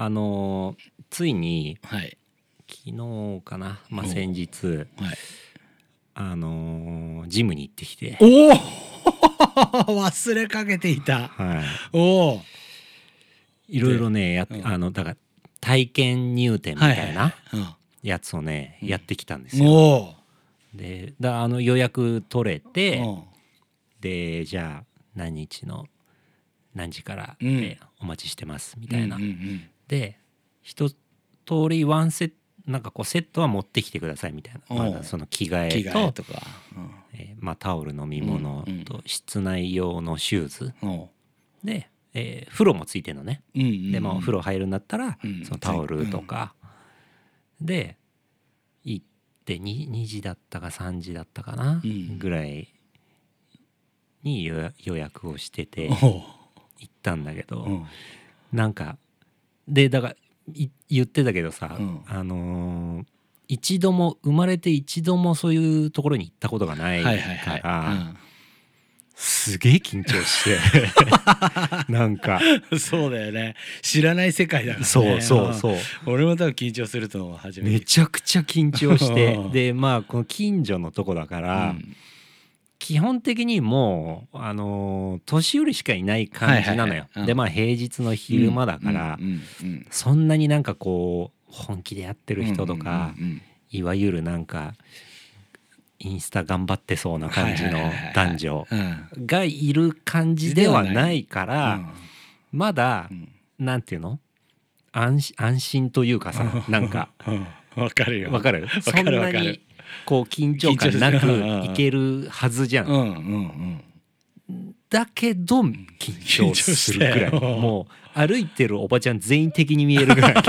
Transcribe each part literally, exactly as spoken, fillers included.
あのーついにはい昨日かな、まあ、先日、 はい、 あのージムに行ってきて、 おお忘れかけていた。 はい、 おおいろいろねやっ、 うん、 あのだから体験入店みたいなやつをね、 うん、 やってきたんですよ。 おでだあの予約取れて、 おでじゃあ何日の何時からうんでお待ちしてますみたいな、 うんうんうん、 で一通りワンセットなんかこうセットは持ってきてくださいみたいな、まだその着替えと、 着替えとか、 うんえーまあ、タオル飲み物とうんうん、 室内用のシューズ、 おで、えー風呂もついてるのね、 うんうんうん、 でまあお風呂入るんだったら、 うん、 そのタオルとか、うん、で行って 2, 2時だったかさんじだったかな、うん、ぐらいに予約をしてて行ったんだけど、うん、なんかでだから言ってたけどさ、うん、あのー、一度も生まれて一度もそういうところに行ったことがないから、はいはいはい、うん、すげえ緊張してなんかそうだよね、知らない世界だからね。 そうそうそう、 俺も多分緊張すると思う、初めてめちゃくちゃ緊張してでまあこの近所のとこだから、うん、基本的にもうあのー、年寄りしかいない感じなのよ、はいはいはい、うん、でまあ平日の昼間だから、うんうんうん、そんなになんかこう本気でやってる人とか、うんうんうん、いわゆるなんかインスタ頑張ってそうな感じの男女がいる感じではないから、うん、まだ、うん、なんていうの 安, 安心というかさ、なんかわかるよ、 わかる、そんなにこう緊張感なくいけるはずじゃん、うんうんうん、だけど緊張するくらい、もう歩いてるおばちゃん全員的に見えるぐらい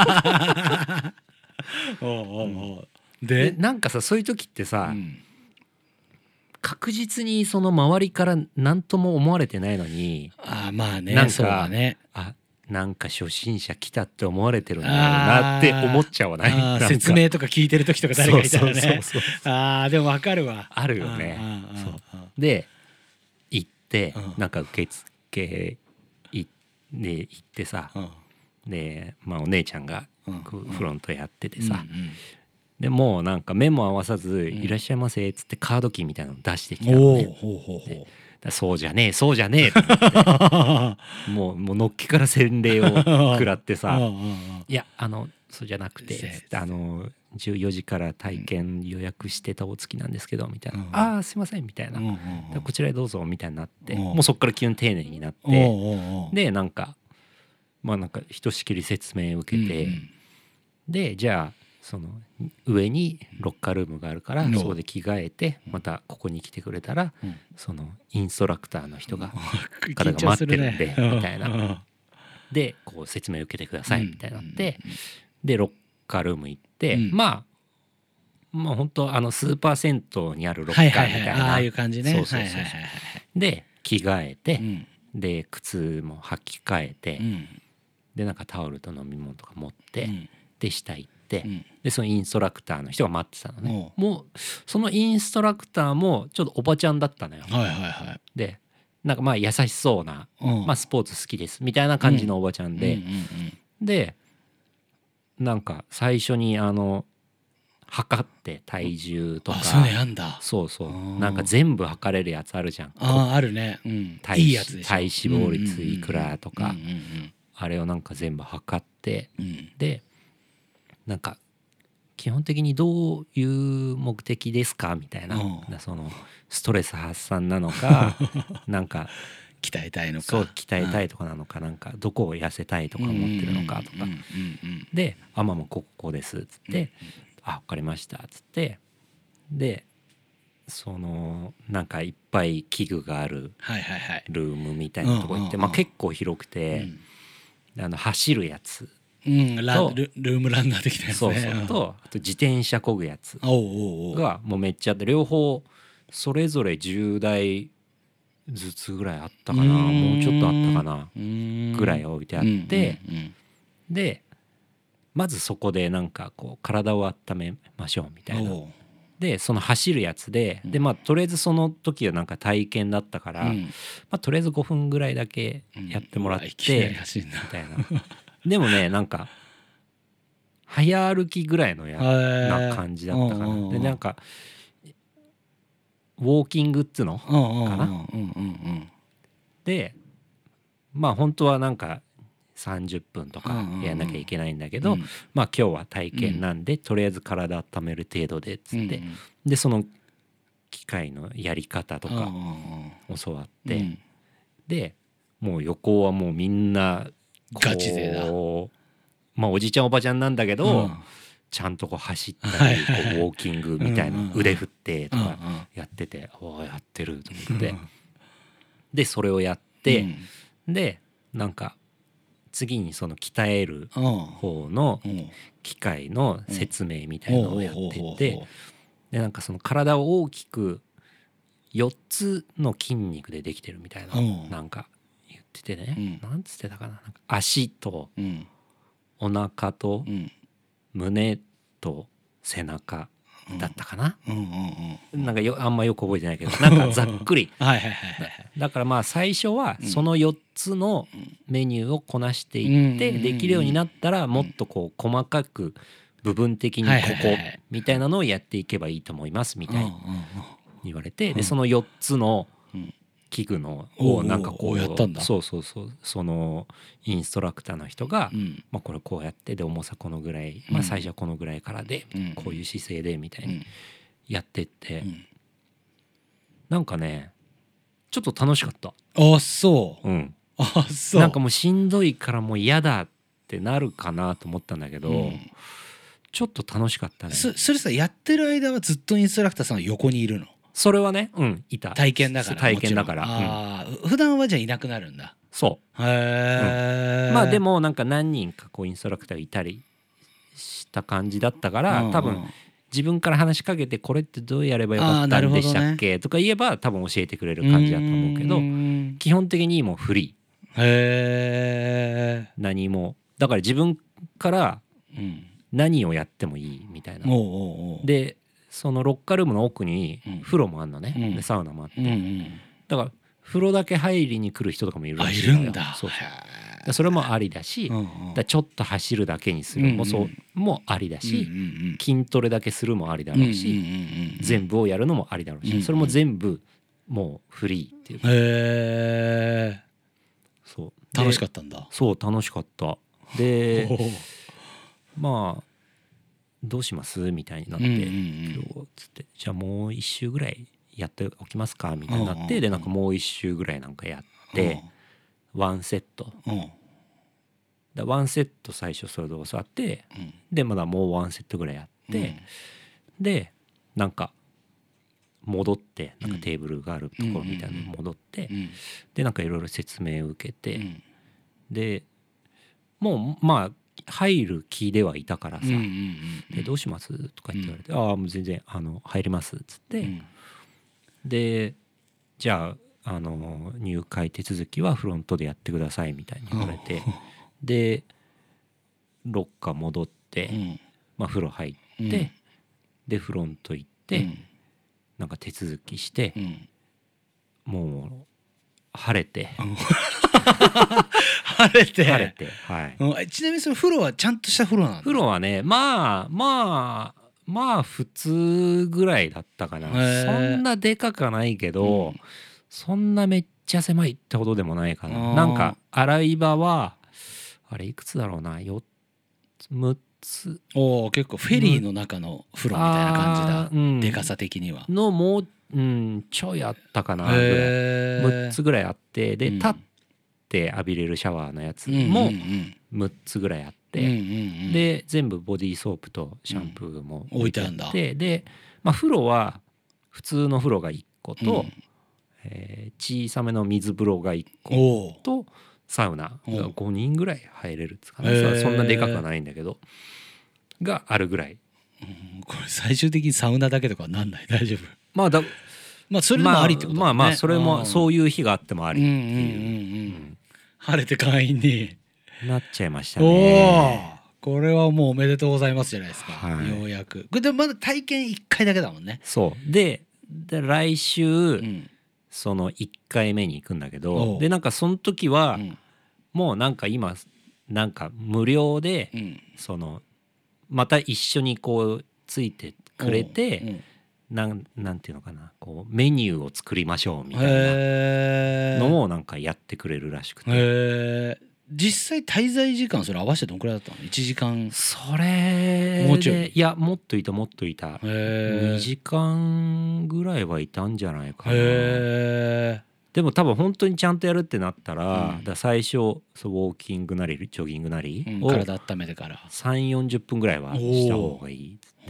おうおうおう、うん、で, でなんかさそういう時ってさ、うん、確実にその周りから何とも思われてないのに、 あまあね、 なんかそうだね、 あなんか初心者来たって思われてるんだろうなって思っちゃわない？なんか説明とか聞いてる時とか誰かいたらね、そうそうそうそう、 あーでも分かるわ、 あるよね。そうで行って、なんか受付行で行ってさ、でまあお姉ちゃんがフロントやっててさ、でもうなんか目も合わさず「いらっしゃいませ」っつってカードキーみたいなの出してきたのね。ほうほうほう、そうじゃねえそうじゃねえと思ってもうもうのっけから洗礼を食らってさいやあのそうじゃなくてあのじゅうよじから体験予約してたお月なんですけどみたいな、うん、ああすいませんみたいな、うんうん、こちらへどうぞみたいになって、うん、もうそっから急に丁寧になって、うん、でなんかまあなんかひとしきり説明を受けて、うんうん、でじゃあその上にロッカールームがあるから、うん、そこで着替えてまたここに来てくれたら、うん、そのインストラクターの人が、うん、方が待ってるんで、ね、みたいなでこう説明を受けてくださいみたいになって、うん、でロッカールーム行って、うん、まあまあ本当あのスーパー銭湯にあるロッカーみたいな、はいはいはい、ああいう感じね、そうそうそうそう、はいはいはい、で着替えて、うん、で靴も履き替えて、うん、でなんかタオルと飲み物とか持って、うん、で下行って、うん、でそのインストラクターの人が待ってたのね、うん、もうそのインストラクターもちょっとおばちゃんだったのよ、はいはいはい、でなんかまあ優しそうな、うん、まあスポーツ好きですみたいな感じのおばちゃんで、うんうんうんうん、でなんか最初にあの測って体重とか、あそうやんだ、そうそうなんか全部測れるやつあるじゃん、ああるね、うん、体いいやつでしょ、体脂肪率いくらとか、うんうんうんうん、あれをなんか全部測って、うん、でなんか基本的にどういう目的ですかみたいな、うん、そのストレス発散なのかなんか鍛えたいのか、そう鍛えたいとかなのか、なんかどこを痩せたいとか思ってるのかとかで、あまあもうここですっつって、うんうん、あ分かりましたっつって、でそのなんかいっぱい器具があるルームみたいなとこ行って、まあ結構広くて、あの走るやつ、うん、ラル, ルームランナー的なやつね、そうそうとあと自転車漕ぐやつがもうめっちゃあって、両方それぞれじゅうだいずつぐらいあったかな、もうちょっとあったかなぐらい置いてあって、うんうんうん、でまずそこでなんかこう体を温めましょうみたいな、でその走るやつで、でまあとりあえずその時はなんか体験だったから、うん、まあとりあえずごふんぐらいだけやってもらって、うん、みたいなでもねなんか早歩きぐらいのやな感じだったかな。でなんかウォーキングっつうのかな。でまあ本当はなんかさんじゅっぷんとかやんなきゃいけないんだけど、まあ今日は体験なんでとりあえず体温める程度でっつって、でその機械のやり方とか教わって、でもう横はもうみんなガチ勢だ。 まあおじいちゃんおばちゃんなんだけど、ちゃんとこう走ったりこうウォーキングみたいな腕振ってとかやってて、おおやってると思って、でそれをやって、でなんか次にその鍛える方の機械の説明みたいなのをやってて、でなんかその体を大きくよっつの筋肉でできてるみたいななんか言っててね、なんつってたかな、なんか足とお腹と胸と背中だったかな、なんかよあんまよく覚えてないけどなんかざっくりだからまあ最初はそのよっつのメニューをこなしていってできるようになったらもっとこう細かく部分的にここみたいなのをやっていけばいいと思いますみたいに言われて、でそのよっつの器具のをなんかこうそうそうそうそのインストラクターの人がまあこれこうやってで重さこのぐらいまあ最初はこのぐらいからでこういう姿勢でみたいにやってってなんかねちょっと楽しかった。 あそう。 うんあそう。 なんかもうしんどいからもう嫌だってなるかなと思ったんだけどちょっと楽しかったね。 そ, それさやってる間はずっとインストラクターさんの横にいるの？ それはね、うん、いた。 体験だから。 体験だから。 ああ、うん、普段はじゃあいなくなるんだ。 そう。 へえ、 うん。まあでもなんか何人かこうインストラクターいたりした感じだったから、うんうん、多分自分から話しかけてこれってどうやればよかったんでしたっけ、ね、とか言えば多分教えてくれる感じだと思うけど、基本的にもうフリー。へえ。 何もだから自分から何をやってもいいみたいな。うん、おうおうおうで。そのロッカールームの奥に風呂もあんのね、うん、でサウナもあって、うんうん、だから風呂だけ入りに来る人とかもいるらしいのよ。 いるんだ。 そうそうそれもありだし、うんうん、だちょっと走るだけにするもそうもありだし、うんうん、筋トレだけするもありだろうし、うんうんうんうん、全部をやるのもありだろうし、うんうん、それも全部もうフリーっていうか。へえ。そう楽しかったんだ。 そう楽しかった。でまあどうしますみたいになって、うんうんうん、今日つってじゃあもう一周ぐらいやっておきますかみたいになって、うんうんうん、でなんかもう一周ぐらいなんかやって、うん、ワンセット、うん、だワンセット最初それで教わって、うん、でまだもうワンセットぐらいやって、うん、でなんか戻ってなんかテーブルがあるところみたいなのに戻って、うんうんうん、でなんかいろいろ説明を受けて、うん、でもうまあ入る気ではいたからさ、うんうんうん、でどうしますとか言って言われて、うん、ああもう全然あの入りますっつって、うん、でじゃあ、あの入会手続きはフロントでやってくださいみたいに言われて、うん、でロッカー戻って、うん、まあ風呂入って、うん、でフロント行って、うん、なんか手続きして、うん、もう晴れて晴れて晴れて、はい、 ちなみにその風呂はちゃんとした風呂なんだ。 風呂はねまあまあまあ普通ぐらいだったかな。そんなでかくはないけど、うん、そんなめっちゃ狭いってほどでもないかな。なんか洗い場はあれいくつだろうなよっつむっつ。 おお結構フェリーの中の風呂みたいな感じだ、うん、でかさ的にはのもう、うん、ちょいあったかなぐらいむっつぐらいあってで、うん、立って浴びれるシャワーのやつもむっつぐらいあって、うんうんうん、で全部ボディーソープとシャンプーも置いてあって、うん、置いてあんだ。で、まあ、風呂は普通の風呂がいっこと、うんえー、小さめの水風呂がいっことサウナがごにんぐらい入れるっつかな、そんなでかくはないんだけどがあるぐらい、 うん、これ最終的にサウナだけとかはなんない大丈夫？ まあだまあそれでもありってことだね。 まあまあそれもそういう日があってもありっていう、 晴れて会員になっちゃいましたね。 おこれはもうおめでとうございますじゃないですか、はい、ようやく。これでまだ体験いっかいだけだもんね。 そうで、で来週、うん、そのいっかいめに行くんだけど、でなんかその時は、うん、もうなんか今なんか無料で、 うん、 そのまた一緒にこうついてくれて、うん、なんなんていうのかな、こうメニューを作りましょうみたいなのをなんかやってくれるらしくて。 へー。実際滞在時間それ合わせてどんくらいだったの？いちじかん。 それもうちょい。 いやもっといたもっといた。にじかんぐらいはいたんじゃないかな。へでも多分本当にちゃんとやるってなったら、うん、だから最初そうウォーキングなりジョギングなりを、 うん、体温めてからさんじゅうよんじゅっぷんぐらいはした方がいいっつって、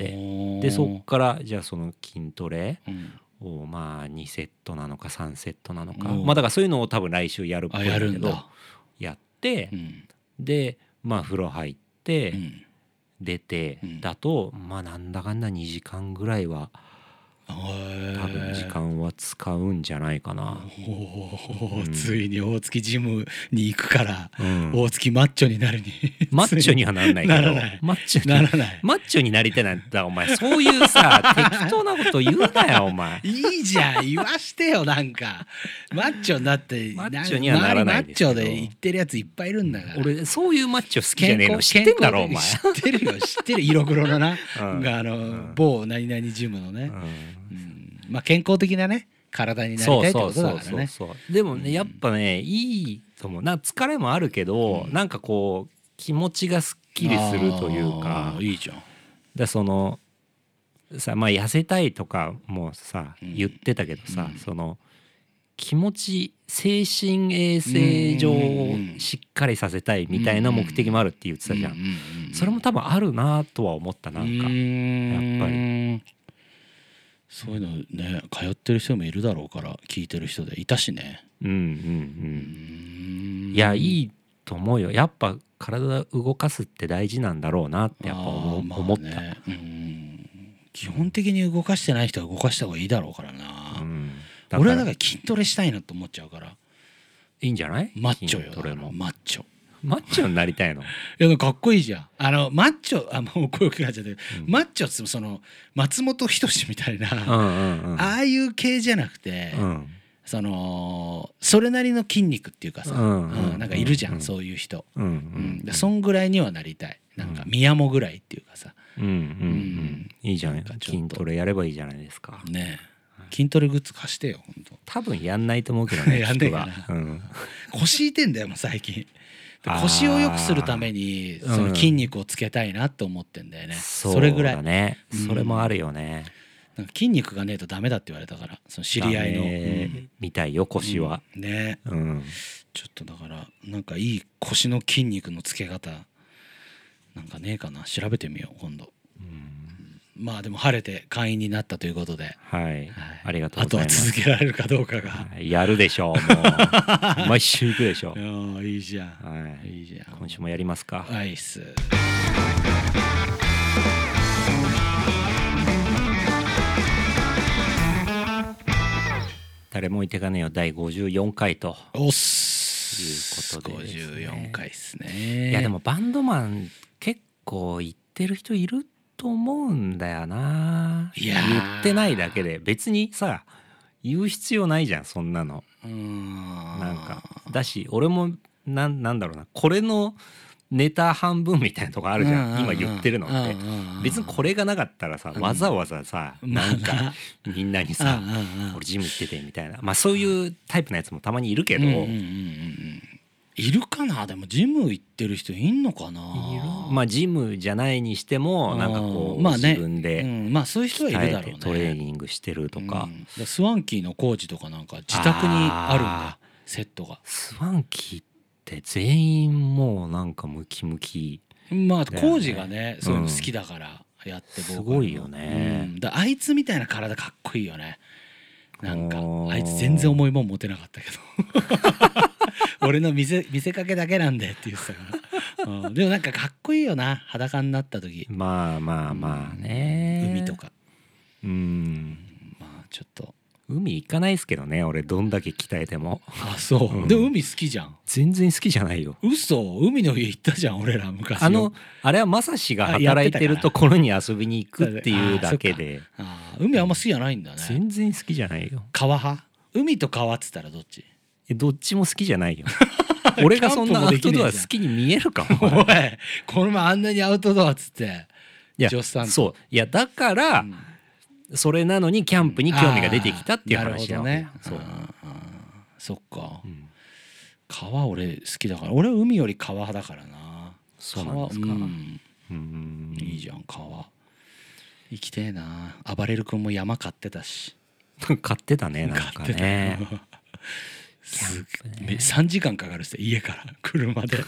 でそっからじゃあその筋トレをまあにセットなのかさんセットなのか、まあだからそういうのを多分来週やるっぽいんだけど、やって、うん、でまあ風呂入って、うん、出て、うん、だとまあなんだかんだにじかんぐらいは多分時間は使うんじゃないかな。 お、うん、ついに大月ジムに行くから、うん、大月マッチョになるにマッチョにはならないけどマッチョにならないマッチョになりてなんだお前。そういうさ適当なこと言うなよお前。 いいじゃん言わしてよ。なんかマッチョになってマッチョにはならないですけど、 マッチョで言ってるやついっぱいいるんだから。 俺そういうマッチョ好きじゃねえの知ってんだろお前。 知ってるよ知ってる。色黒のな、うん、があの、うん、某何々ジムのね、うんうん、まあ健康的なね体になりたいってことだからね。 でもねやっぱねいいと思うな。疲れもあるけど、うん、なんかこう気持ちがすっきりするというか。 いいじゃん。 だそのさまあ痩せたいとかもさ、うん、言ってたけどさ、うん、その気持ち精神衛生上しっかりさせたいみたいな目的もあるって言ってたじゃん。それも多分あるなとは思った。なんかやっぱりそういうのね通ってる人もいるだろうから聞いてる人でいたしね。 うんうんうん。いやいいと思うよ。やっぱ体動かすって大事なんだろうなってやっぱ思, まあ、ね、思った。うん。 基本的に動かしてない人は動かした方がいいだろうからな。うん、だから俺はだから筋トレしたいなと思っちゃうから。 いいんじゃない？ マッチョよ。それもマッチョ。 マッチョになりたいの？いやかっこいいじゃん。あのマッチョあもう声大きくなっちゃって、うん、マッチョってその松本人志みたいな、うんうんうん、ああいう系じゃなくて、うん、そのそれなりの筋肉っていうかさ、うんうんうん、なんかいるじゃん、うん、そういう人、うんうんうん、そんぐらいにはなりたい。なんか宮もぐらいっていうかさ、うんうんうん、 いいじゃないか。筋トレやればいいじゃないですかね。筋トレグッズ貸してよ本当。 多分やんないと思うけどね。 やんねえかな、うん、腰痛いんだよもう最近。腰を良くするためにその筋肉をつけたいなって思ってんだよね、うん、それぐらい。そうだね、 それもあるよね、 うん、なんか筋肉がねえとダメだって言われたからその知り合いの、うん、 みたいよ腰は、 うん、ね、うん、ちょっとだからなんかいい腰の筋肉のつけ方なんかねえかな調べてみよう今度、うん、まあでも晴れて会員になったということで、 はい、はい、ありがとうございます。 あとは続けられるかどうかが、 はい、やるでしょうもう毎週行くでしょう。 いいじゃん、 はい、 いいじゃん。 今週もやりますか。 はいっす。 誰も置いてかねえよだいごじゅうよんかいとおっすいうことでですね、 ごじゅうよんかいっすね。 いやでもバンドマン結構言ってる人いると思うんだよな。いや言ってないだけで別にさ言う必要ないじゃんそんなの。うーんなんかだし俺もな ん, なんだろうなこれのネタ半分みたいなとこあるじゃん今言ってるのって別にこれがなかったらさわざわざさなんかみんなにさ俺ジム行っててみたいなまあそういうタイプのやつもたまにいるけど、うんうんうんうん、 いるかな。でもジム行ってる人いんのかな。 まあジムじゃないにしてもなんかこう、まあね、自分でまあそういう人はいるだろうね。 トレーニングしてるとか、 うん、スワンキーのコーチとかなんか自宅にあるんだセットが。 スワンキーって全員もうなんかムキムキ、 ね、まあコーチがねそういうの好きだからやって、 うん、すごいよね、 うん、だあいつみたいな体かっこいいよね。なんかあいつ全然重いもん持てなかったけど俺の見せ、見せかけだけなんでって言ってたから、うん、でもなんかかっこいいよな裸になった時。 まあまあまあね、 うん、海とかうんまあちょっと海行かないですけどね俺どんだけ鍛えても。 あそう、うん、でも海好きじゃん。 全然好きじゃないよ。 嘘。海の家行ったじゃん俺ら昔。 あのあれはまさしが働いてるところに遊びに行くっていうだけで。 ああ海あんま好きじゃないんだね。 全然好きじゃないよ。 川派？海と川っつったらどっち？ えどっちも好きじゃないよ俺がそんなアウトドア好きに見えるかも。 おいこの前あんなにアウトドアっつっていやそういやだから、うん、それなのにキャンプに興味が出てきたっていう話なのね。そうそっか、うん、川俺好きだから俺は海より川だからな。 そうなんですか。うん、 うんいいじゃん川行きてえな。暴れる君も山買ってたし買ってたねなんかねすねさんじかんかかるっすよ家から車で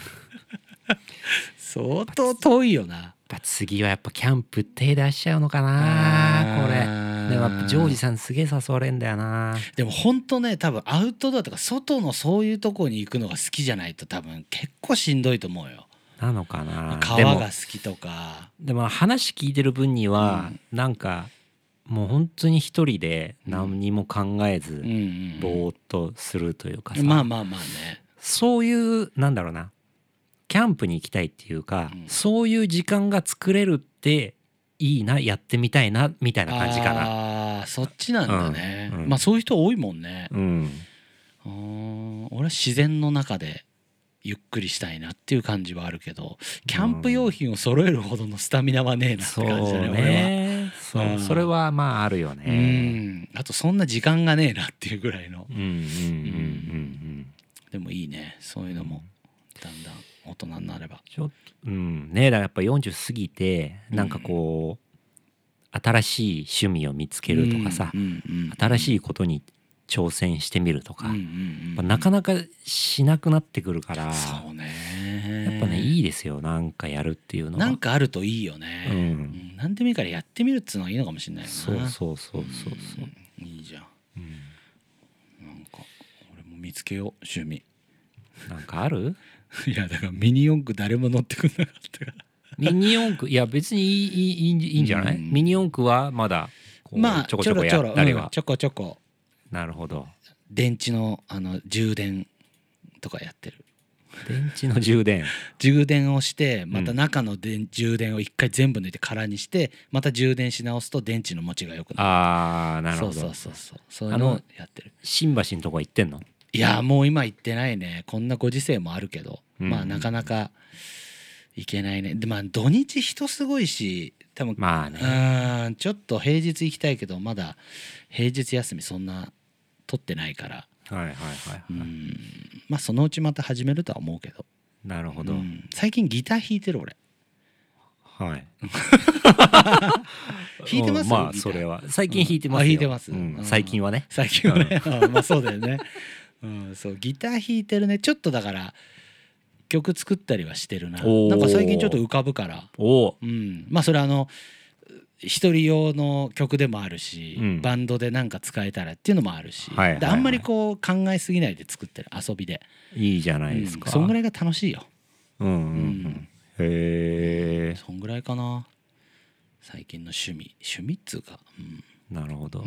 相当遠いよな。 次はやっぱキャンプ手出しちゃうのかなこれ。でもやっぱジョージさんすげえ誘われんだよな。 でもほんとね多分アウトドアとか外のそういうとこに行くのが好きじゃないと多分結構しんどいと思うよ。 なのかな。 川が好きとか。 でも、でも話聞いてる分には、うん、なんかもう本当に一人で何にも考えずぼーっとするというかさ、 まあまあまあねそういうなんだろうなキャンプに行きたいっていうか、うん、そういう時間が作れるっていいなやってみたいなみたいな感じかな。 あそっちなんだね、うんうん、まあそういう人多いもんね、うん、あ俺は自然の中でゆっくりしたいなっていう感じはあるけどキャンプ用品を揃えるほどのスタミナはねえなって感じだね、うん、俺は。 そう、それはまああるよね。 うんあとそんな時間がねえなっていうぐらいの。でもいいねそういうのもだんだん大人になれば。 ちょっとうんねだからやっぱよんじゅう過ぎてなんかこう、うん、新しい趣味を見つけるとかさ、うんうんうん、新しいことに挑戦してみるとか、うんうんうん、なかなかしなくなってくるから。 そうねやっぱねいいですよなんかやるっていうのは。 なんかあるといいよね、うんうん、なんでもいいからやってみるっつうのがいいのかもしれないよな。 そうそうそうそうそう、 うん、いいじゃん、うん、なんか俺も見つけよう趣味なんかあるいやだからミニ四駆誰も乗ってくんなかったからミニ四駆いや別にいいいいいいんじゃない、うん、ミニ四駆はまだこう、まあ、ちょこちょこやったりは、 うん、ちょこちょこ。 なるほど。 電池のあの充電とかやってる。 電池の充電充電をしてまた中の電、うん、充電を一回全部抜いて空にしてまた充電し直すと電池の持ちが良くなる。 ああなるほど。 そうそうそうそうそういうのをやってる。 新橋のとこ行ってんの？ いやもう今行ってないね。こんなご時世もあるけど、うん、まあなかなか行けないね。でまあ土日人すごいし多分まあねうんちょっと平日行きたいけどまだ平日休みそんな取ってないから。 はいはいはい、はい、うんまあそのうちまた始めるとは思うけど。 なるほど、うん、 最近ギター弾いてる俺。 はい弾いてます。 まあそれは最近弾いてますよ、うん、 弾いてます、 うん、最近はね最近はねまあそうだよね、うん、そうギター弾いてるね。ちょっとだから曲作ったりはしてるな。なんか最近ちょっと浮かぶからお、うん、まあそれはあの一人用の曲でもあるし、うん、バンドでなんか使えたらっていうのもあるし、はいはいはい、であんまりこう考えすぎないで作ってる遊びでいいじゃないですか、 うん、そんぐらいが楽しいよ。 うんうんうん、うん、へえ。 そんぐらいかな最近の趣味趣味っつうか、うん、 なるほど、うん、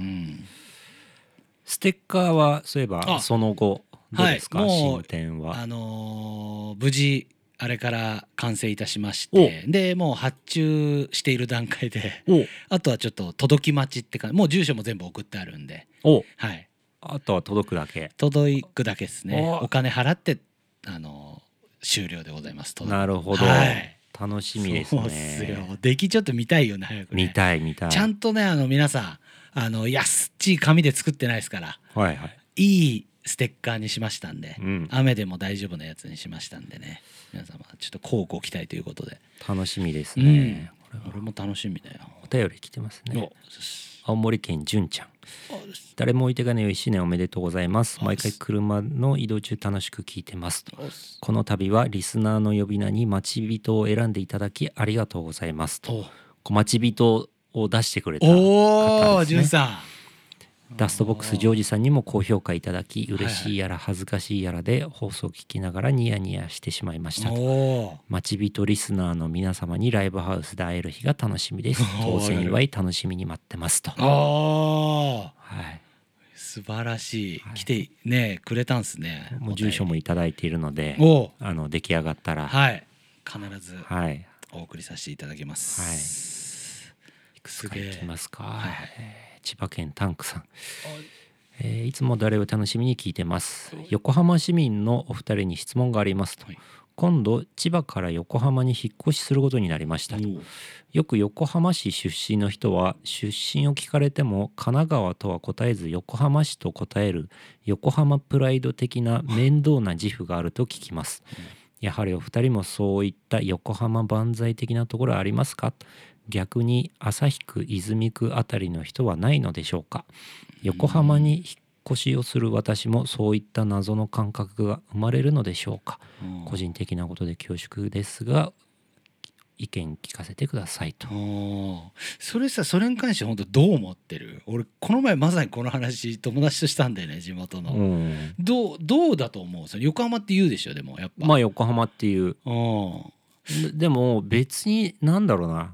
ステッカーはそういえばその後どうですか、はい、進展は。 あのー、無事あれから完成いたしましてでもう発注している段階であとはちょっと届き待ちってかもう住所も全部送ってあるんで、 お、 はい、 あとは届くだけ。 届くだけですね。お金払ってあのー、終了でございます。 なるほど、はい、楽しみですね。そうっすよ。出来ちょっと見たいよね早くね。 見たい見たい。 ちゃんとねあの皆さんあの安っちい紙で作ってないですから、 はいはい、 いいステッカーにしましたんで、うん、雨でも大丈夫なやつにしましたんでね皆様ちょっと乞うご期待ということで楽しみですね、 うん、これ俺も楽しみだよ。 お便り来てますね。青森県純ちゃん、誰も置いてかないよいちねんおめでとうございます。毎回車の移動中楽しく聞いてますと。この度はリスナーの呼び名に待ち人を選んでいただきありがとうございますと。待ち人を出してくれた方ですね。 おー純さんダストボックスジョージさんにも高評価いただき嬉しいやら恥ずかしいやらで放送を聞きながらニヤニヤしてしまいましたと。待ち人リスナーの皆様にライブハウスで会える日が楽しみです。当選祝い楽しみに待ってますと。 はい、素晴らしい、はい、来てねくれたんすね。 もう住所もいただいているのであの出来上がったら、 はい、必ずお送りさせていただきます、はい、 いくつかいきますか、はい、千葉県タンクさん、 えーいつも誰を楽しみに聞いてます。横浜市民のお二人に質問がありますと。 はい、 今度千葉から横浜に引っ越しすることになりましたと。よく横浜市出身の人は出身を聞かれても神奈川とは答えず横浜市と答える横浜プライド的な面倒な自負があると聞きます。やはりお二人もそういった横浜万歳的なところはありますか？逆に旭区泉区あたりの人はないのでしょうか？横浜に引っ越しをする私もそういった謎の感覚が生まれるのでしょうか？個人的なことで恐縮ですが意見聞かせてくださいと。 それさ、それに関して本当どう思ってる？俺この前まさにこの話友達としたんだよね、地元の。うん、どうどうだと思う？それ横浜って言うでしょ？でもやっぱまあ横浜っていう。でも別になんだろうな、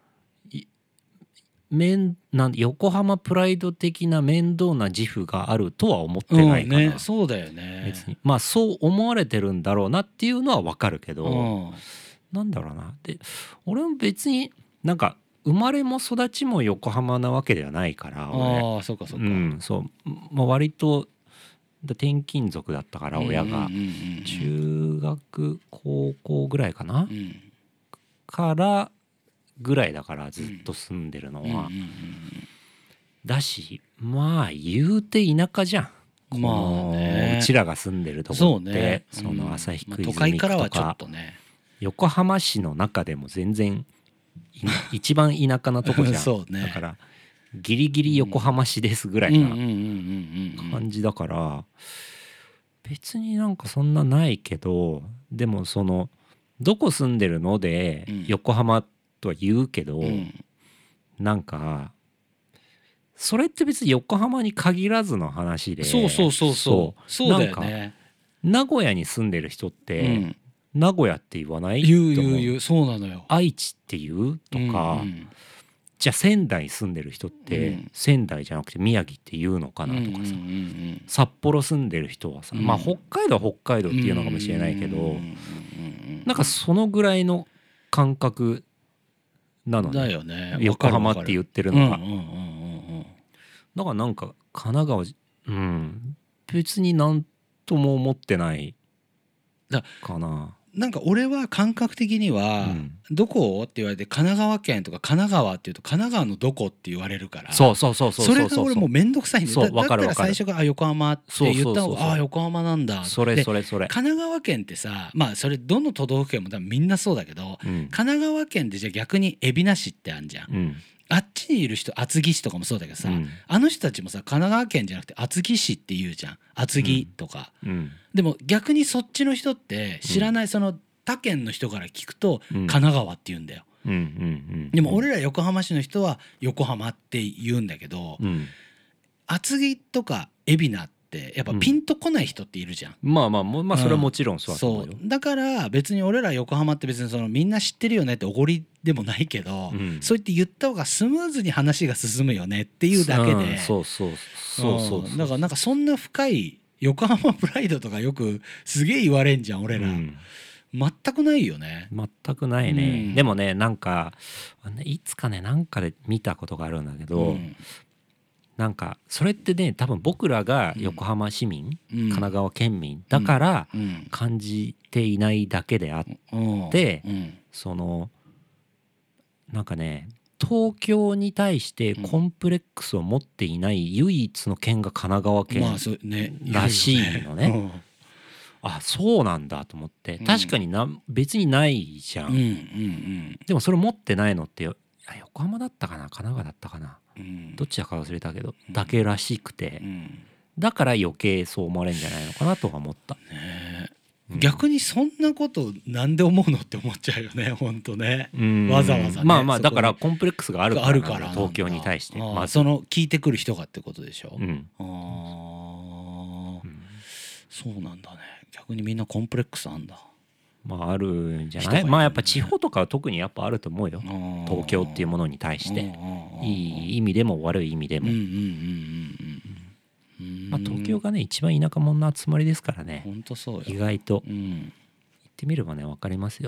面なん横浜プライド的な面倒な自負があるとは思ってないかな、うんね、 そうだよね。 別にまあそう思われてるんだろうなっていうのは分かるけど、うん、なんだろうな。で俺も別になんか生まれも育ちも横浜なわけではないから俺、あそうかそうか、うん、 そう、まあ、割と転勤族だったから親が中学高校ぐらいかな、うん、からぐらいだからずっと住んでるのは、だしまあ言うて田舎じゃん。まあね、うちらが住んでるとこって、ね、その旭区泉区とか、まあ、都会からはちょっとね横浜市の中でも全然一番田舎なとこじゃんそうね、だからギリギリ横浜市ですぐらいな感じだから別になんかそんなないけど、でもそのどこ住んでるので横浜とは言うけど、うん、なんかそれって別に横浜に限らずの話で、 そうそうそうそうそうだよね。 名古屋に住んでる人って、うん、名古屋って言わない？ 言う言う言う、そうなのよ。 愛知って言うとか、うんうん、じゃあ仙台住んでる人って、うん、仙台じゃなくて宮城って言うのかなとかさ、うんうんうんうん、札幌住んでる人はさ、うん、まあ北海道は北海道っていうのかもしれないけど、うんうんうんうん、なんかそのぐらいの感覚なのね、 だよね、 横浜って言ってるのが、うんうんうんうん、だからなんか神奈川、うん、別になんとも思ってないかな。 なんか俺は感覚的には、うん、どこって言われて神奈川県とか神奈川っていうと神奈川のどこって言われるから、 そうそうそうそうそう、 それが俺もうめんどくさいんだよ。だったら最初から横浜って言った方が、ああ横浜なんだって。 それそれそれ。 神奈川県ってさ、まあそれどの都道府県も多分みんなそうだけど、うん、神奈川県ってじゃあ逆に海老名市ってあんじゃん、うん、あっちにいる人厚木市とかもそうだけどさ、うん、あの人たちもさ神奈川県じゃなくて厚木市って言うじゃん、厚木とか、うんうん、でも逆にそっちの人って知らない、うん、その他県の人から聞くと神奈川って言うんだよ、うんうんうんうん、でも俺ら横浜市の人は横浜って言うんだけど、うん、厚木とか海老名ってやっぱピンとこない人っているじゃん、 うん、まあまあまあそれはもちろんそうだと思うよ、 うん、そうだから別に俺ら横浜って別にそのみんな知ってるよねっておごりでもないけど、うん、そう言って言った方がスムーズに話が進むよねっていうだけで、うん、 そうそうそうそうそう、 だからなんかそんな深い横浜プライドとかよくすげえ言われんじゃん俺ら、うん、全くないよね。 全くないね、うん、でもねなんかいつかねなんかで見たことがあるんだけど、うん、なんかそれってね多分僕らが横浜市民、うん、神奈川県民だから感じていないだけであって、うんうん、そのなんかね東京に対してコンプレックスを持っていない唯一の県が神奈川県らしいのね、あそうなんだと思って、確かにな、うん、別にないじゃん、うんうんうん、でもそれ持ってないのって横浜だったかな神奈川だったかな、うん、どっちだか忘れたけど、うん、だけらしくて、うん、だから余計そう思われるんじゃないのかなとは思った、ねうん、逆にそんなことなんで思うのって思っちゃうよねほんとね、わざわざね、 まあまあだからコンプレックスがあるから、あるから東京に対して、 まあ、その聞いてくる人がってことでしょ、うん、あ、うん、そうなんだね。逆にみんなコンプレックスあんだ。 まああるんじゃない、ね、まあやっぱ地方とかは特にやっぱあると思うよ、東京っていうものに対して、いい意味でも悪い意味でも、まあ東京がね一番田舎者の集まりですからね、 ほんとそうよ、 意外と、うん、行ってみればね分かりますよ。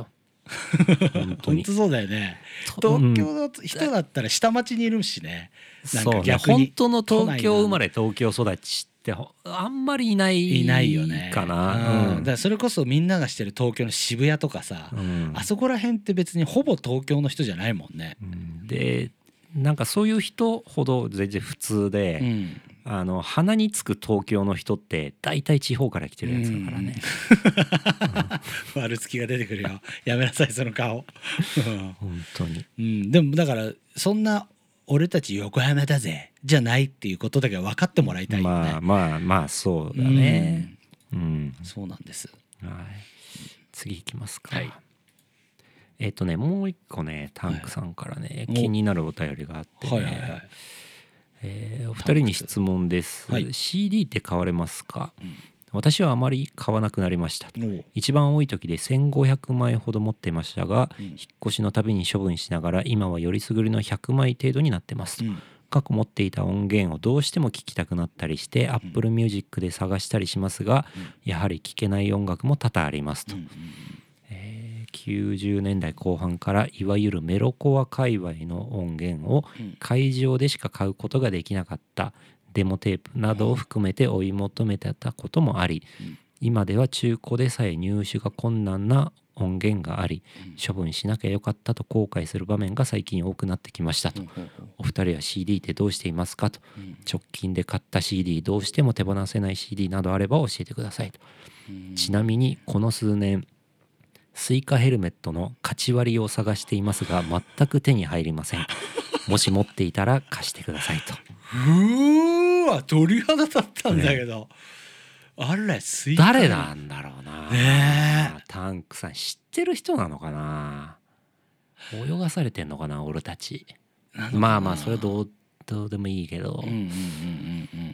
本当に本当そうだよね。東京の人だったら下町にいるしね、うん、なんか逆に、 ね、本当の東京生まれ東京育ちってあんまりいないいないよねかな、 うん、だからそれこそみんながしてる東京の渋谷とかさ、うん、あそこら辺って別にほぼ東京の人じゃないもんね、 うん、でなんかそういう人ほど全然普通で、うん、あの鼻につく東京の人って大体地方から来てるやつだからね、 うん、悪つきが出てくるよやめなさいその顔本当に、 うん、でもだからそんな俺たち横浜だぜじゃないっていうことだけは分かってもらいたいよね。 まあまあまあそうだね、うん、うん、 そうなんです、 はい、次いきますか、 はい、 えっとねもう一個ねタンクさんからね、はい、気になるお便りがあってね、はいはいはい、えー、お二人に質問です、はい、シーディー って買われますか、うん、私はあまり買わなくなりました。一番多い時でせんごひゃくまいほど持っていましたが、うん、引っ越しのたびに処分しながら今はよりすぐりのひゃくまい程度になってますと、うん、過去持っていた音源をどうしても聴きたくなったりして、うん、Apple Music で探したりしますが、うん、やはり聴けない音楽も多々ありますと、うん、えー、きゅうじゅうねんだいこう半からいわゆるメロコア界隈の音源を会場でしか買うことができなかったデモテープなどを含めて追い求めてたこともあり、今では中古でさえ入手が困難な音源があり、処分しなきゃよかったと後悔する場面が最近多くなってきましたと。お二人は シーディー ってどうしていますかと。直近で買った シーディー どうしても手放せない シーディー などあれば教えてくださいと。ちなみにこの数年スイカヘルメットの勝ち割りを探していますが全く手に入りません。もし持っていたら貸してくださいと。 うーわ鳥肌立ったんだけど、ね、あれスイカ誰なんだろうな、ね、タンクさん知ってる人なのかな、泳がされてんのかな俺たち。まあまあそれどうどうでもいいけど、うんうんうんうん、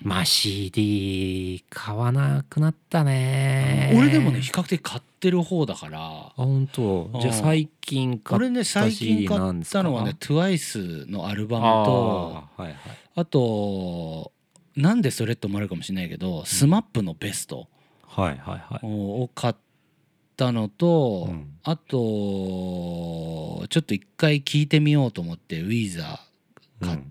まあ シーディー 買わなくなったね。 俺でもね比較的買ってる方だから。あ本当。じゃあ最近買った シーディー なんですか。俺ね最近買ったのはね トゥワイス のアルバムと あ,、はいはい、あとなんでそれともあるかもしれないけど、うん、スマップのベストを買ったのと、うん、あとちょっと一回聞いてみようと思ってウィーザー買って、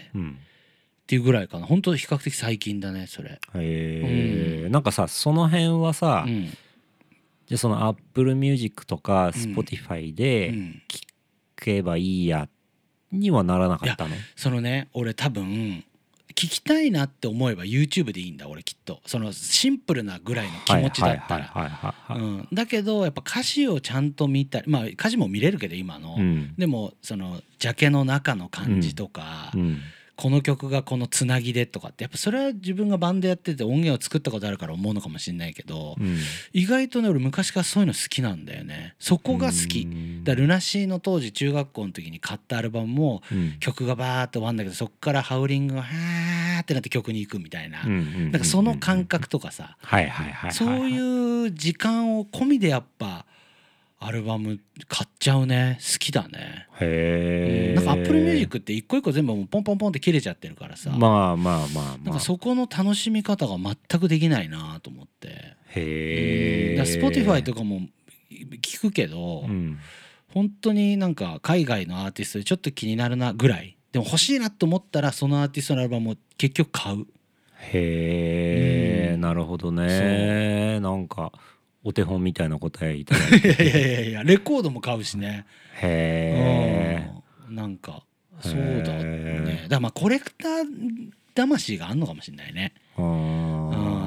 うんうん、っていうぐらいかな。本当比較的最近だねそれ。へえ、うん、なんかさその辺はさ、うん、じゃあその Apple Music とか Spotify で聴けばいいやにはならなかったの？いやそのね俺多分聞きたいなって思えば YouTube でいいんだ俺きっと。そのシンプルなぐらいの気持ちだったら。だけどやっぱ歌詞をちゃんと見たり、まあ歌詞も見れるけど今の、うん、でもそのジャケの中の感じとか、うんうん、この曲がこのつなぎでとかってやっぱそれは自分がバンドやってて音源を作ったことあるから思うのかもしれないけど、うん、意外とね俺昔からそういうの好きなんだよね。そこが好きだ。ルナシーの当時中学校の時に買ったアルバムも、うん、曲がバーッと終わるんだけどそっからハウリングがはーってなって曲に行くみたいな、なんかその感覚とかさ、そういう時間を込みでやっぱアルバム買っちゃうね。好きだね。へえ、うん、なんか Apple Music って一個一個全部もうポンポンポンって切れちゃってるからさ、 まあまあまあまあ、 なんかそこの楽しみ方が全くできないなと思って。へえ、うん、Spotify とかも聞くけど、うん、本当になんか海外のアーティストでちょっと気になるなぐらいでも欲しいなと思ったらそのアーティストのアルバムを結局買う。 へえ、うん、なるほどね。なんかお手本みたいな答えいただいていやいやいやレコードも買うしね。 へえ、 うん、なんかそうだね。だからまあコレクター魂があんのかもしれないね。うん、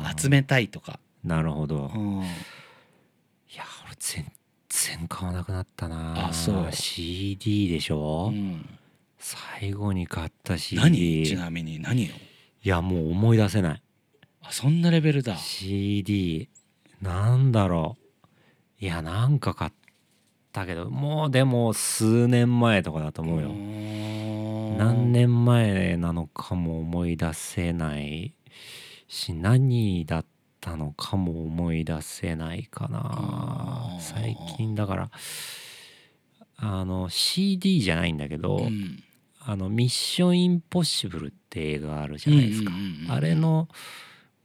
集めたいとか。 なるほど。うん、いや俺全然買わなくなったな。あそう シーディー でしょ、うん、最後に買った シーディー何ちなみに何よ。 いやもう思い出せない。 あそんなレベルだ。 シーディーなんだろう。いやなんか買ったけどもうでも数年前とかだと思うよ。何年前なのかも思い出せないし何だったのかも思い出せないかな。最近だからあの シーディー じゃないんだけど、うん、あのミッションインポッシブルって映画あるじゃないですか。あれの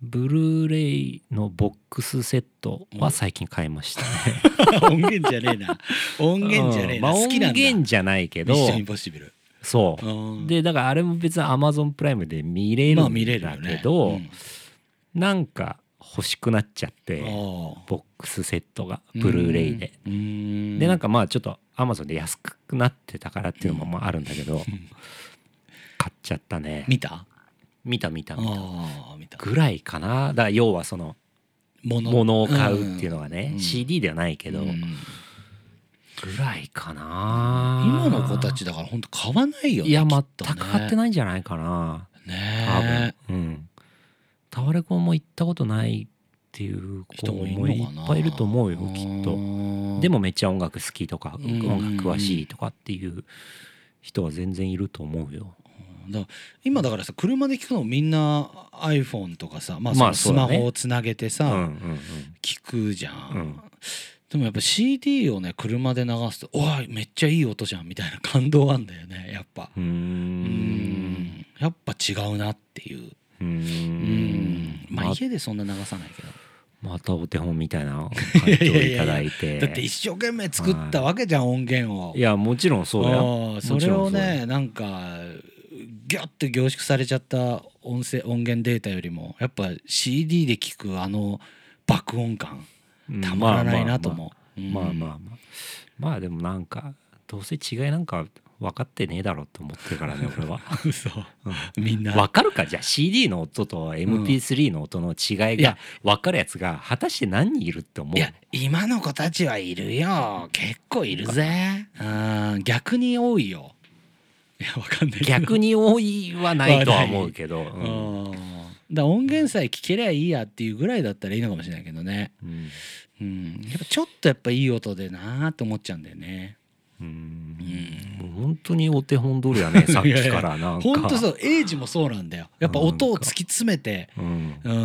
ブルーレイのボックスセットは最近買いましたね。 音源じゃねえな音源じゃねえな、 うん、まあ、 好きなんだ。 音源じゃないけどミッションインポッシブル。 そうでだからあれも別に Amazon プライムで見れるんだけど、まあねうん、なんか欲しくなっちゃってボックスセットがブルーレイででなんかまあちょっと Amazon で安くなってたからっていうのもまああるんだけど買っちゃったね。 見た見た見た見た見たぐらいかな。だから要はその物を買うっていうのはね、うん、シーディー ではないけど、うん、ぐらいかな。 今の子たちだから本当買わないよね。 いや全く買ってないんじゃないかな。ね多分、うん、タワレコも行ったことないっていう子もいっぱいいると思うよきっと。でもめっちゃ音楽好きとか音楽詳しいとかっていう人は全然いると思うよ。 だ今だからさ車で聞くのみんな iPhone とかさ、まあ、そのスマホをつなげてさ、まあねうんうんうん、聞くじゃん、うん、でもやっぱ シーディー をね車で流すとおいめっちゃいい音じゃんみたいな感動あんだよねやっぱ。うーんやっぱ違うなっていう。うーんまあ家でそんな流さないけどまたお手本みたいな回答いただいてだって一生懸命作ったわけじゃん音源を。 いやもちろんそうや。 それをねなんかギュッて凝縮されちゃった音声音源データよりもやっぱ シーディー で聞くあの爆音感たまらないなと思う。 まあまあまあまあまあでもなんかどうせ違いなんか分かってねえだろって思ってるからね俺は。 そう、うん、みんな分かるかじゃあ シーディー の音と エムピースリー の音の違いが分かるやつが果たして何人いるって思う。 いや今の子たちはいるよ結構いるぜ。うん逆に多いよ。いやわかんないけど逆に多いはないとは思うけど、うん、 だ音源さえ聞けりゃいいやっていうぐらいだったらいいのかもしれないけどね、うんうん、やっぱちょっとやっぱいい音でなーって思っちゃうんだよね。うんうんもう本当にお手本通りだねさっきからなんか本当そうエイジもそうなんだよやっぱ音を突き詰めて、うんうん、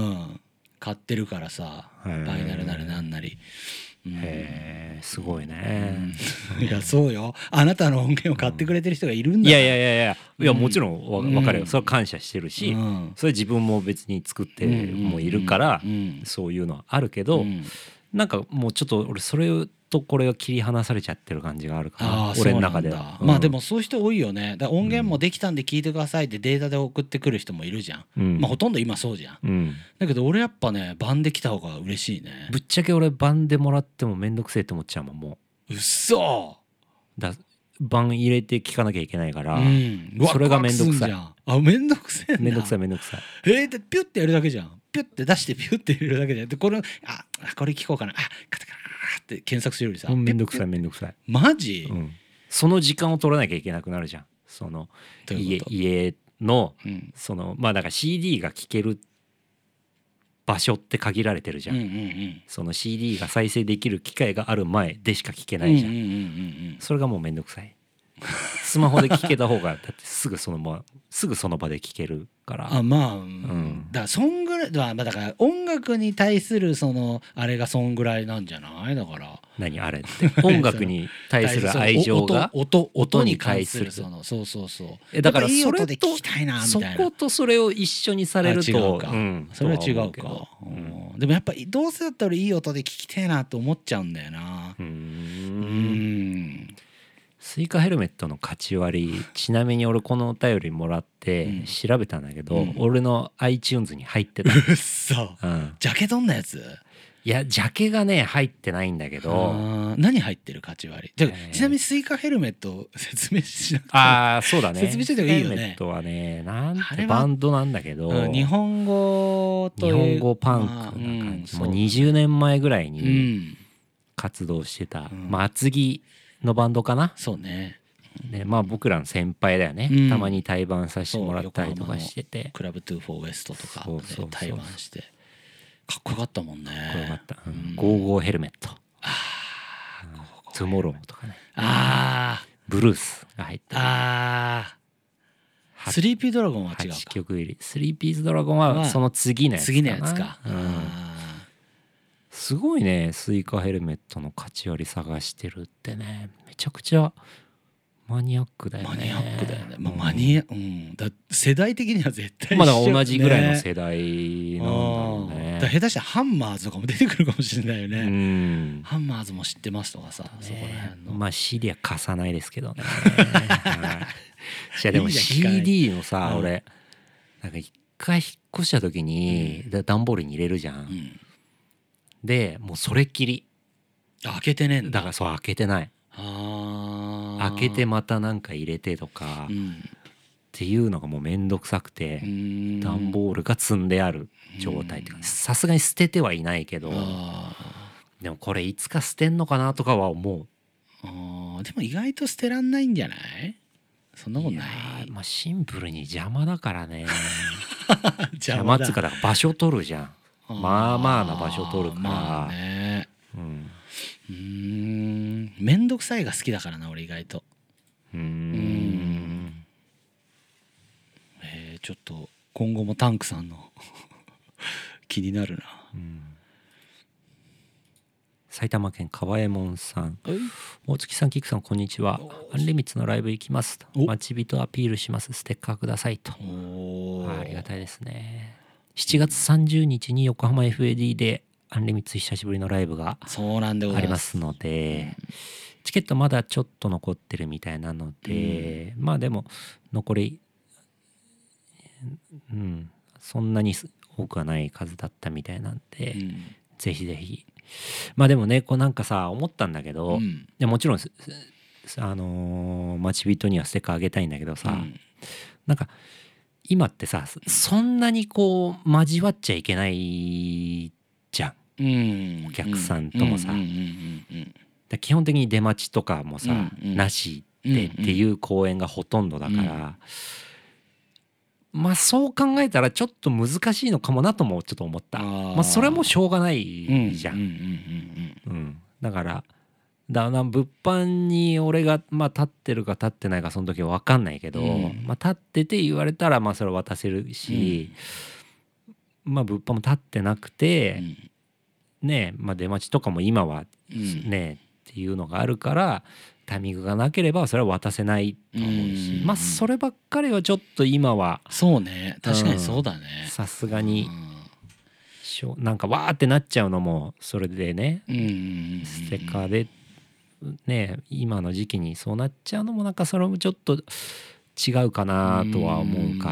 買ってるからさバイナルなりなんなり。 へえすごいね、 うん、いやそうよあなたの音源を買ってくれてる人がいるんだ、 うん、いやいやいやいやいやもちろん分かるよ、うん、それは感謝してるし、うん、それ自分も別に作ってもいるから、うん、そういうのはあるけど、うん、なんかもうちょっと俺それとこれを切り離されちゃってる感じがあるからあ俺の中では、 うん、まあでもそういう人多いよね。だ音源もできたんで聞いてくださいってデータで送ってくる人もいるじゃん、うん、まあほとんど今そうじゃん、うん、だけど俺やっぱね版できた方が嬉しいね。 ぶっちゃけ俺版でもらってもめんどくせえって思っちゃうもんもう。うっそだ版入れて聞かなきゃいけないから、うん、それがめんどくさい。 あめんどくせえんだ。 めんどくさいめんどくさい。 えー、でピュッてやるだけじゃん。ピュッて出してピュッて入れるだけじゃん。でこれあこれ聞こうかなあカタカタって検索するよりさめんどくさいめんどくさいマジ、うん、 その時間を取らなきゃいけなくなるじゃん。その家家の、うん、そのまあだから シーディー が聴ける場所って限られてるじゃん、うんうんうん、その シーディー が再生できる機会がある前でしか聴けないじゃん、うんうんうんうん、それがもうめんどくさい。スマホで聴けた方がだってすぐその場すぐその場で聴けるから。 あまあ、うん、だからそんぐらいだから音楽に対するそのあれがそんぐらいなんじゃない。だから何あれって音楽に対する愛情が音音に関するそのそうそうそうえだからそれとそことそれを一緒にされると違うか、うん、それは違うか、うん、でもやっぱどうせだったらいい音で聞きてえなと思っちゃうんだよな。うーんスイカヘルメットの勝ち割りちなみに俺このお便りもらって調べたんだけど、うん、俺の iTunes に入ってた。 うっそ、うん、ジャケどんなやつ。 いやジャケがね入ってないんだけど何入ってる勝ち割りじゃ、えー、ちなみにスイカヘルメット説明しなくてああそうだね説明しといた方がいいよね。 ヘルメットはねなんてバンドなんだけど、 うん、日本語と日本語パンクな感じ、まあうん、もうにじゅうねんまえぐらいに活動してた、うん、まあ厚木のバンドかな。 そうね。 ねまあ僕らの先輩だよね、うん、たまに対バンさせてもらったりとかしててクラブトゥーフォーウエストとかで対バンしてかっこよかったもんね。 かっこよかった、うん、ゴーゴーヘルメットあートゥモローとかねあブルースが入ってるあースリーピードラゴンは違うかはちきょく入りスリーピーズドラゴンはその次のやつかな次のやつか、うん、 すごいねスイカヘルメットの勝ち割り探してるってねめちゃくちゃマニアックだよね。 マニアックだよね、まあ、マニア、うん、だ世代的には絶対一緒、 まだ同じぐらいの世代なんだろうね。 だ下手したらハンマーズとかも出てくるかもしれないよね、 うん、 ハンマーズも知ってますとかさ、ね、そこら辺のまあ シーディー は貸さないですけどねはい、いやでも シーディー のさ、うん、俺なんか一回引っ越した時に、うん、段ボールに入れるじゃん、うん、でもうそれっきり開けてねえんだ。 だからそう開けてない。 あ開けてまたなんか入れてとか、うん、っていうのがもうめんどくさくて、段ボールが積んである状態っていうか、さすがに捨ててはいないけど、でもこれいつか捨てんのかなとかは思う。 あでも意外と捨てらんないんじゃない？そんなことない。 いやまあシンプルに邪魔だからね邪魔っつうかだから場所取るじゃん。まあまあな場所取るから、まあね、うんうーんめんどくさいが好きだからな俺意外と。うーんうんえー、ちょっと今後もタンクさんの気になるな。うん埼玉県川右衛門さん、大月さん、キクさん、こんにちは。アンリミッツのライブ行きますと。待ち人アピールします。ステッカーくださいと。あ, ありがたいですね。しちがつさんじゅうにちに横浜 エフエーディー でアンリミッツ久しぶりのライブがありますので、チケットまだちょっと残ってるみたいなので、うん、まあでも残り、うん、そんなに多くはない数だったみたいなんで、うん、ぜひぜひ。まあでもねこうなんかさ思ったんだけど、うん、でもちろんあのー、待ち人にはステッカーあげたいんだけどさ、うん、なんか今ってさそんなにこう交わっちゃいけないじゃん、うん、お客さんともさ、基本的に出待ちとかもさ、うんうん、なしでっていう公演がほとんどだから、うん、まあそう考えたらちょっと難しいのかもなともちょっと思った。あ、まあ、それもしょうがないじゃん。だからだな物販に俺がまあ立ってるか立ってないかその時は分かんないけど、うん、まあ立ってて言われたらまあそれは渡せるし、うん、まあ物販も立ってなくて、うん、ねえ、まあ、出待ちとかも今はね、うん、っていうのがあるからタイミングがなければそれは渡せないと思うし、うん、まあそればっかりはちょっと今はそうね確かにそうだねさすがに、うん、なんかわーってなっちゃうのもそれでね、うん、ステッカーでね今の時期にそうなっちゃうのもなんかそれもちょっと違うかなとは思うから、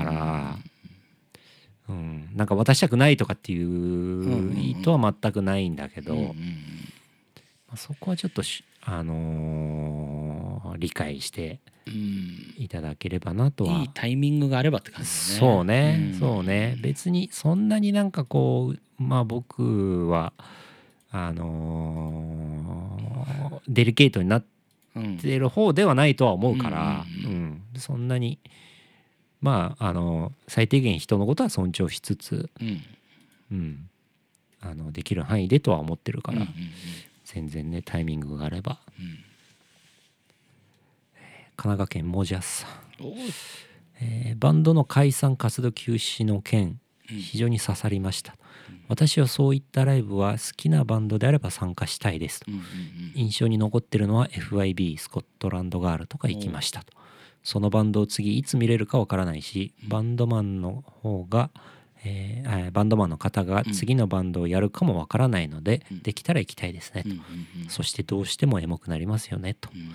うん、なんか渡したくないとかっていう意図は全くないんだけど、まあ、そこはちょっとあのー、理解していただければなとは。 いいタイミングがあればって感じだね。 そうね、うん、そうね。別にそんなになんかこうまあ僕はあのー、デリケートになっている方ではないとは思うから、うん、そんなにまああの最低限人のことは尊重しつつ、うんうん、あのできる範囲でとは思ってるから、うんうんうん、全然ねタイミングがあれば、うん、神奈川県もじゃさん、えー、バンドの解散活動休止の件非常に刺さりました、うん、私はそういったライブは好きなバンドであれば参加したいですと、うんうんうん、印象に残ってるのは エフワイビー スコットランドガールとか行きましたと。そのバンドを次いつ見れるかわからないし、バンドマンの方が、えー、バンドマンの方が次のバンドをやるかもわからないので、うん、できたら行きたいですねと、うんうんうん、そしてどうしてもエモくなりますよねと、うん、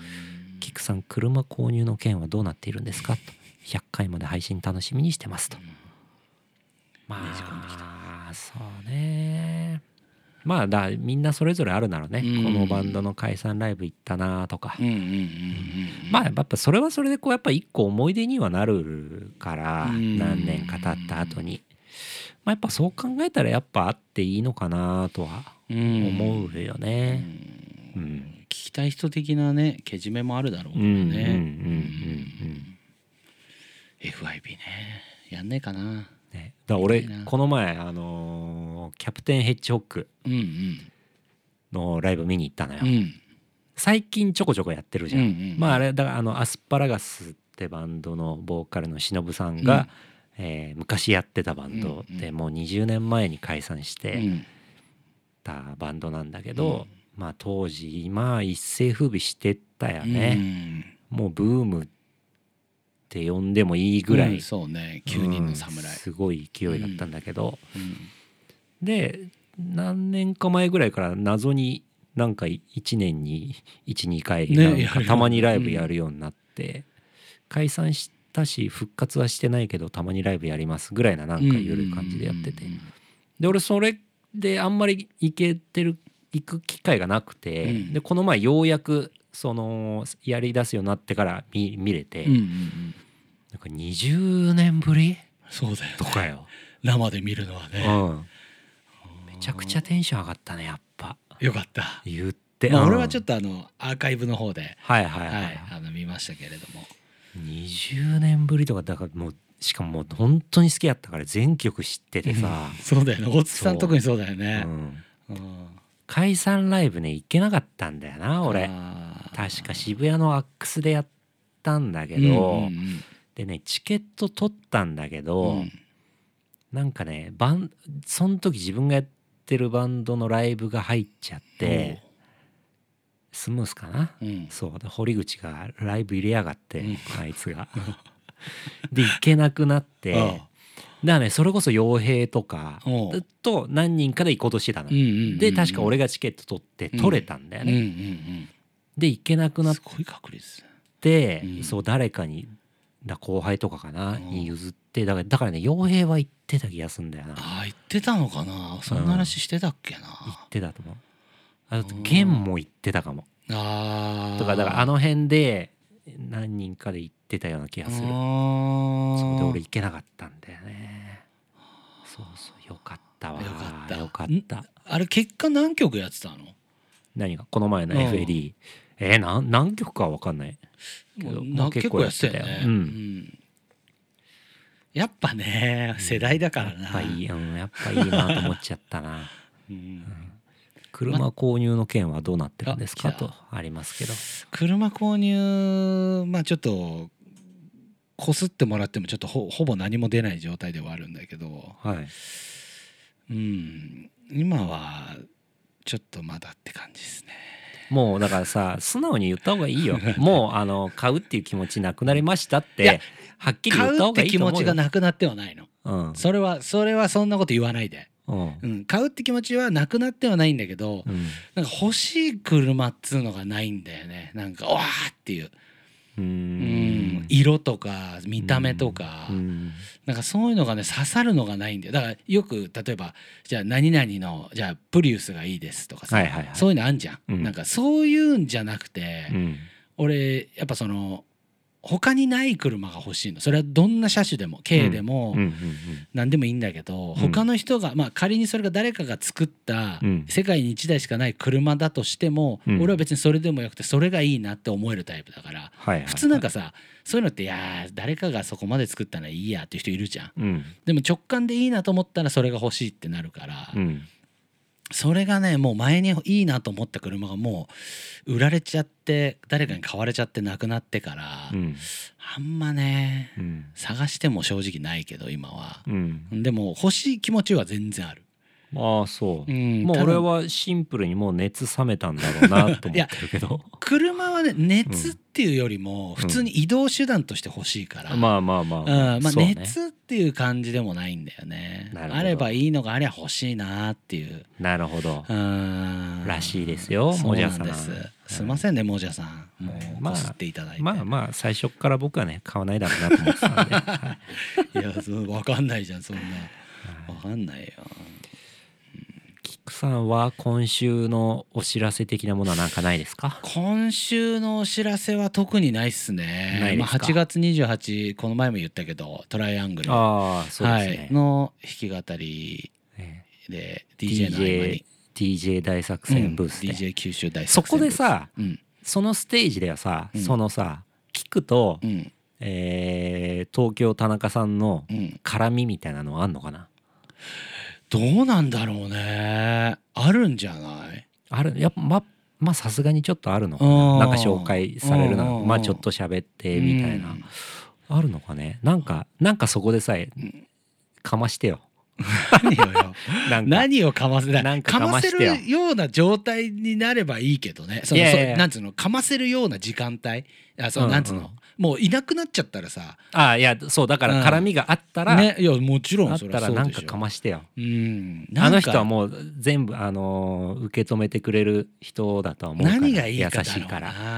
キクさん車購入の件はどうなっているんですかと、ひゃっかいまで配信楽しみにしてますと、うん、まあそうね、まあだみんなそれぞれあるならね、うん、このバンドの解散ライブ行ったなとか、まあやっぱそれはそれでこうやっぱ一個思い出にはなるから、うん、何年か経った後に、まあ、やっぱそう考えたらやっぱあっていいのかなとは思うよね、うんうん、 聞きたい人的なねけじめもあるだろうからね。 エフアイビー ねやんねえかな。 ね、だから俺この前あのー、キャプテンヘッジホックのライブ見に行ったのよ、うん、最近ちょこちょこやってるじゃん、うんうん、まああれだからあのアスパラガスってバンドのボーカルのしのぶさんが、うんえー、昔やってたバンドで、うんうん、もうにじゅうねんまえに解散してたバンドなんだけど、うん、まあ当時まあ一世風靡してたよね、 もうブームって呼んでもいいぐらい、 うん、そうねきゅうにんの侍、 うん、すごい勢いだったんだけど、 うんうん、 で何年か前ぐらいから謎になんかいちねんにいち、にかいなんかたまにライブやるようになって、ね、解散したし復活はしてないけどたまにライブやりますぐらいななんか緩い感じでやってて、で俺それであんまり行けてる行く機会がなくて、うん、でこの前ようやくそのやりだすようになってから 見, 見れて、うんうんうん、なんかにじゅうねんぶりそうだよ、ね、 とかよ生で見るのはね、 うん、めちゃくちゃテンション上がったねやっぱ。 よかった言って、 まあ、俺はちょっとあのアーカイブの方ではいはいはい、はい、 あの見ましたけれどもにじゅうねんぶりとかだからもうしかももう本当に好きやったから全曲知っててさ、 うん、そうだよね大月さん特にそうだよね、うんうん、解散ライブね行けなかったんだよな俺。確か渋谷のアックスでやったんだけど、うんうんうん、でねチケット取ったんだけど、うん、なんかねバンその時自分がやってるバンドのライブが入っちゃって、スムースかな、うん、そうで堀口がライブ入れやがって、うん、あいつがで行けなくなってだからねそれこそ傭兵とかと何人かで行こうとしてたの、うんうんうんうん、で確か俺がチケット取って取れたんだよね、うんうんうんうん、で行けなくなって、すごい確率で、うん、そう誰かにだ後輩とかかな、うん、に譲ってだからだからね傭兵は行ってた気がするんだよな。 あ行ってたのかな、そんな話してたっけな、うん、 行ってたと思う。あと弦も行ってたかも。あとかだからあの辺で何人かで行ってたような気がする。そうで俺行けなかったんだよね。そうそうよかったわ。よかったよかった。 あれ結果何曲やってたの？ 何がこの前の エフエーディー えー、何何曲かは分かんないけど、まあ、結構やってたよね、うんうん、 やっぱね世代だからな、 やっぱいい、うん、やっぱいいなと思っちゃったな、うんうん、車購入の件はどうなってるんですかとありますけど、 車購入まあちょっとこすってもらってもちょっと ほ, ほぼ何も出ない状態ではあるんだけど、はい、うん、今はちょっとまだって感じですね。 もうだからさ素直に言った方がいいよもうあの買うっていう気持ちなくなりましたってはっきり言った方がいいと思うよ。買うって気持ちがなくなってはないの、うん、それはそれはそんなこと言わないで、うんうん、買うって気持ちはなくなってはないんだけど、うん、なんか欲しい車っつうのがないんだよね。なんかわーっていううーん、うん、色とか見た目とか、うん、なんかそういうのがね刺さるのがないんだよ。だからよく例えばじゃあ何々のじゃあプリウスがいいですとかさ、はいはいはい、そういうのあんじゃん、うん、なんかそういうんじゃなくて、うん、俺やっぱその他にない車が欲しいの。それはどんな車種でも軽でも何でもいいんだけど、他の人がまあ仮にそれが誰かが作った世界にいちだいしかない車だとしても、俺は別にそれでもよくてそれがいいなって思えるタイプだから、普通なんかさそういうのっていや誰かがそこまで作ったらいいやっていう人いるじゃん。でも直感でいいなと思ったらそれが欲しいってなるから、それがねもう前にいいなと思った車がもう売られちゃって誰かに買われちゃってなくなってから、うん、あんまね、うん、探しても正直ないけど今は、うん、でも欲しい気持ちは全然ある。 ああそう、うん、もう俺はシンプルにもう熱冷めたんだろうなと思ってるけど車はね熱っていうよりも普通に移動手段として欲しいから、 うん、まあまあまあ、 うんまあ、熱っていう感じでもないんだよね。あればいいのがあれば欲しいなっていう。 なるほど、うんらしいですよもじゃさん。 すいませんねもじゃさんもうこすっていただいて、 まあ、まあまあ最初から僕はね買わないだろうなと思ってたんで、はい、 いやそう分かんないじゃんそんな分かんないよ。 キックさんは今週のお知らせ的なものは何かないですか？ 今週のお知らせは特にないっすね。ないですか？まあ、はちがつにじゅうはちこの前も言ったけどトライアングル、あそうですね、はい、の弾き語りで ディージェー の合間に ディージェー 大作戦ブースで、うん、 ディージェー 九州大作戦ブースそこでさ、うん、そのステージではさ、うん、そのさ聞くと、うんえー、東京田中さんの絡みみたいなのはあんのかな？ どうなんだろうね。あるんじゃない？ あるやっぱままあさすがにちょっとあるのかな。なんか紹介されるなまあちょっと喋ってみたいなあるのかね。なんかなんかそこでさえかましてよ。 何をよなんか何をかませないかませるような状態になればいいけどね。そのいやいやいやなんつうのかませるような時間帯あそう、なんつうの、もういなくなっちゃったらさあいやそうだから絡みがあったら、 ね、いやもちろんあったらなんかかましてよ。 うんあの人はもう全部あの受け止めてくれる人だとは思うから。 何がいいかだろうな。 優しいから。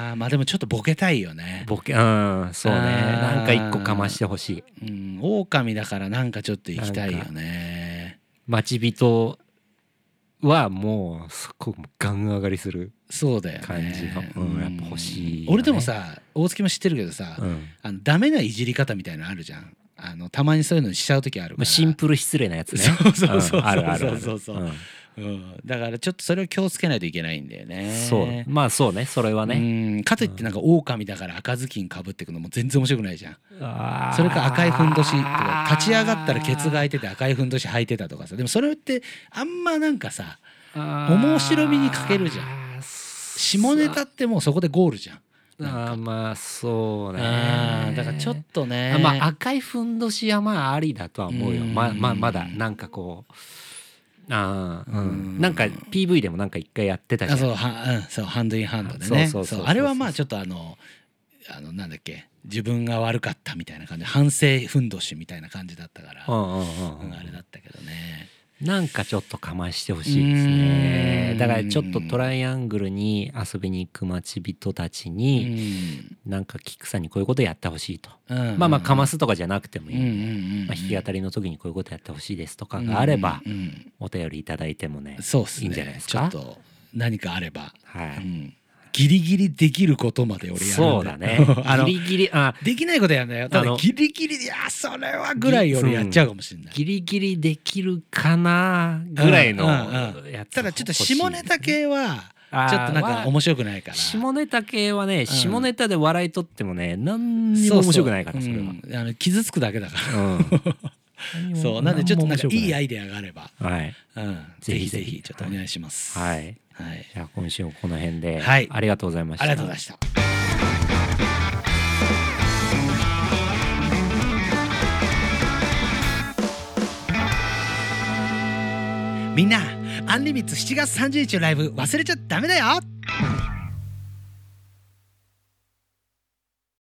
あまあでもちょっとボケたいよね。 ボケうんそうね。なんか一個かましてほしい。 うん狼だからなんかちょっと行きたいよね。 待ち人はもうそこガン上がりするそうだよね感じの、うん、やっぱ欲しい、ね、 俺でもさ大月も知ってるけどさ、 うん、 あのダメないじり方みたいなのあるじゃん。あのたまにそういうのにしちゃう時あるから。 シンプル失礼なやつね。 そうそうそう、うん、 あるあるあるそうそうそう、うんうん、だからちょっとそれを気をつけないといけないんだよね。 そうまあそうねそれはね。 うんかといってなんか狼だから赤ずきんかぶってくのも全然面白くないじゃん。それか赤いふんどしとか立ち上がったらケツが開いてて赤いふんどし履いてたとかさ。でもそれってあんまなんかさ面白みに欠けるじゃん。下ネタってもうそこでゴールじゃん。 あまあそうね。 あだからちょっとね、 まあ赤いふんどしはまあありだとは思うよ。まあまあまだなんかこうあうん、なんか ピーブイ でもなんか一回やってたじゃん。 あそうは、うん、そうハンドインハンドでね。あれはまあちょっとあのあのなんだっけ自分が悪かったみたいな感じ反省ふんどしみたいな感じだったから、うんうんうんうん、あれだったけどね。 なんかちょっとかましてほしいですね。だからちょっとトライアングルに遊びに行く待ち人たちになんかキックさんにこういうことやってほしいと、うんうんうん、まあまあかますとかじゃなくてもいい、うんうんうんうん、まあ、弾き語りの時にこういうことやってほしいですとかがあれば、うんうんうん、お便りいただいてもね、そうっすね、いいんじゃないですか。 ちょっと何かあれば、 はい、 うんギリギリできることまで俺やるんだ。 そうだね。あのギリギリあできないことやるんだよ。ただギリギリいやそれはぐらい俺やっちゃうかもしれない。 ギリギリできるかなぐらいのやつ。 ただちょっと下ネタ系はちょっとなんか面白くないから。 下ネタ系はね、下ネタで笑い取ってもね何にも面白くないからそれは。 あの傷つくだけだから。そうなんでちょっとなんかいいアイデアがあれば、 はい、 うん、ぜひぜひちょっとお願いします。 はい。はい、じゃあ今週もこの辺で、 はい、 ありがとうございました。 ありがとうございました。みんなアンリミッツしちがつさんじゅうにちのライブ忘れちゃダメだよ。